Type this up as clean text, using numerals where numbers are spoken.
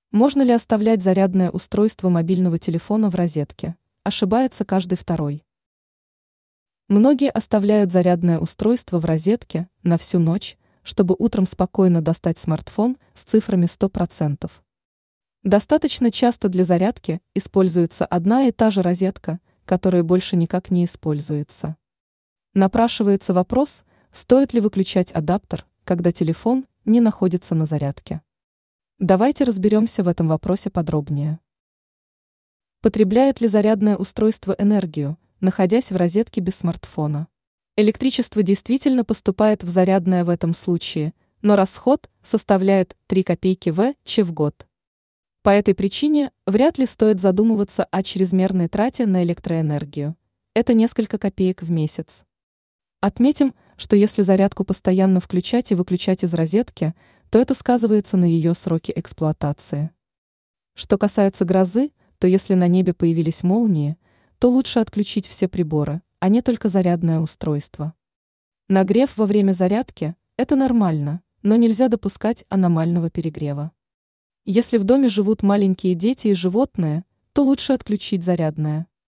Можно ли оставлять зарядное устройство мобильного телефона в розетке? Ошибается каждый второй. Многие оставляют зарядное устройство в розетке на всю ночь, чтобы утром спокойно достать смартфон с цифрами 100%. Достаточно часто для зарядки используется одна и та же розетка, которая больше никак не используется. Напрашивается вопрос, стоит ли выключать адаптер, когда телефон не находится на зарядке. Давайте разберемся в этом вопросе подробнее. Потребляет ли зарядное устройство энергию, находясь в розетке без смартфона? Электричество действительно поступает в зарядное в этом случае, но расход составляет 3 копейки в год. По этой причине вряд ли стоит задумываться о чрезмерной трате на электроэнергию. Это несколько копеек в месяц. Отметим, что если зарядку постоянно включать и выключать из розетки, то это сказывается на ее сроке эксплуатации. Что касается грозы, то если на небе появились молнии, то лучше отключить все приборы, а не только зарядное устройство. Нагрев во время зарядки– это нормально, но нельзя допускать аномального перегрева. Если в доме живут маленькие дети и животные, то лучше отключить зарядное.